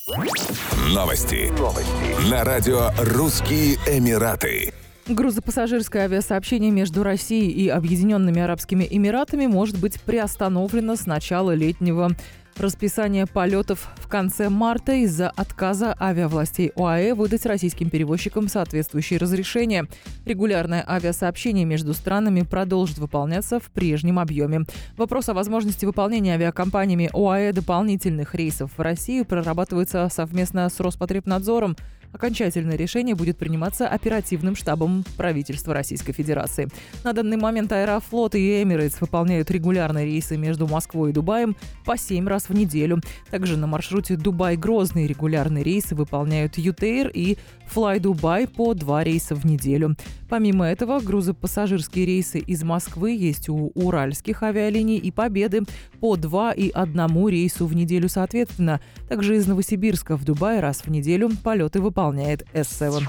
Новости. На радио «Русские Эмираты». Грузопассажирское авиасообщение между Россией и Объединенными Арабскими Эмиратами может быть приостановлено с начала летнего расписания полетов в конце марта из-за отказа авиавластей ОАЭ выдать российским перевозчикам соответствующие разрешения. Регулярное авиасообщение между странами продолжит выполняться в прежнем объеме. Вопрос о возможности выполнения авиакомпаниями ОАЭ дополнительных рейсов в Россию прорабатывается совместно с Роспотребнадзором. Окончательное решение будет приниматься оперативным штабом правительства Российской Федерации. На данный момент Аэрофлот и Emirates выполняют регулярные рейсы между Москвой и Дубаем по 7 раз в неделю. Также на маршруте Дубай-Грозный регулярные рейсы выполняют ЮТЭЙР и Fly Dubai по 2 рейса в неделю. Помимо этого, грузопассажирские рейсы из Москвы есть у уральских авиалиний и Победы по 2 и 1 рейсу в неделю соответственно. Также из Новосибирска в Дубай раз в неделю полеты выполняет S7.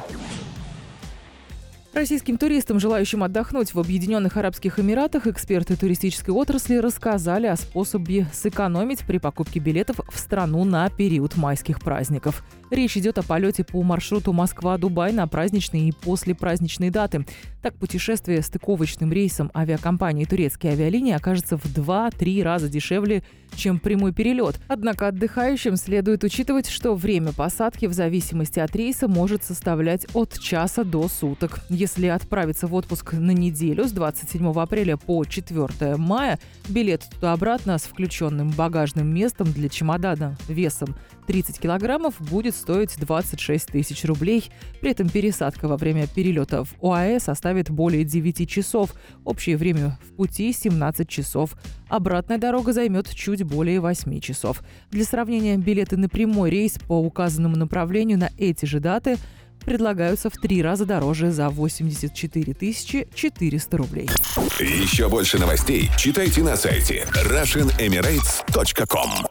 Российским туристам, желающим отдохнуть в Объединенных Арабских Эмиратах, эксперты туристической отрасли рассказали о способе сэкономить при покупке билетов в страну на период майских праздников. Речь идет о полете по маршруту Москва-Дубай на праздничные и послепраздничные даты. Так, путешествие стыковочным рейсом авиакомпании «Турецкие авиалинии» окажется в 2-3 раза дешевле, чем прямой перелет. Однако отдыхающим следует учитывать, что время посадки в зависимости от рейса может составлять от часа до суток. Если отправиться в отпуск на неделю с 27 апреля по 4 мая, билет туда-обратно с включенным багажным местом для чемодана весом 30 килограммов будет стоить 26 тысяч рублей. При этом пересадка во время перелета в ОАЭ составит более 9 часов. Общее время в пути 17 часов. Обратная дорога займет чуть более 8 часов. Для сравнения, билеты на прямой рейс по указанному направлению на эти же даты предлагаются в 3 раза дороже за 84 400 рублей. Еще больше новостей читайте на сайте RussianEmirates.com.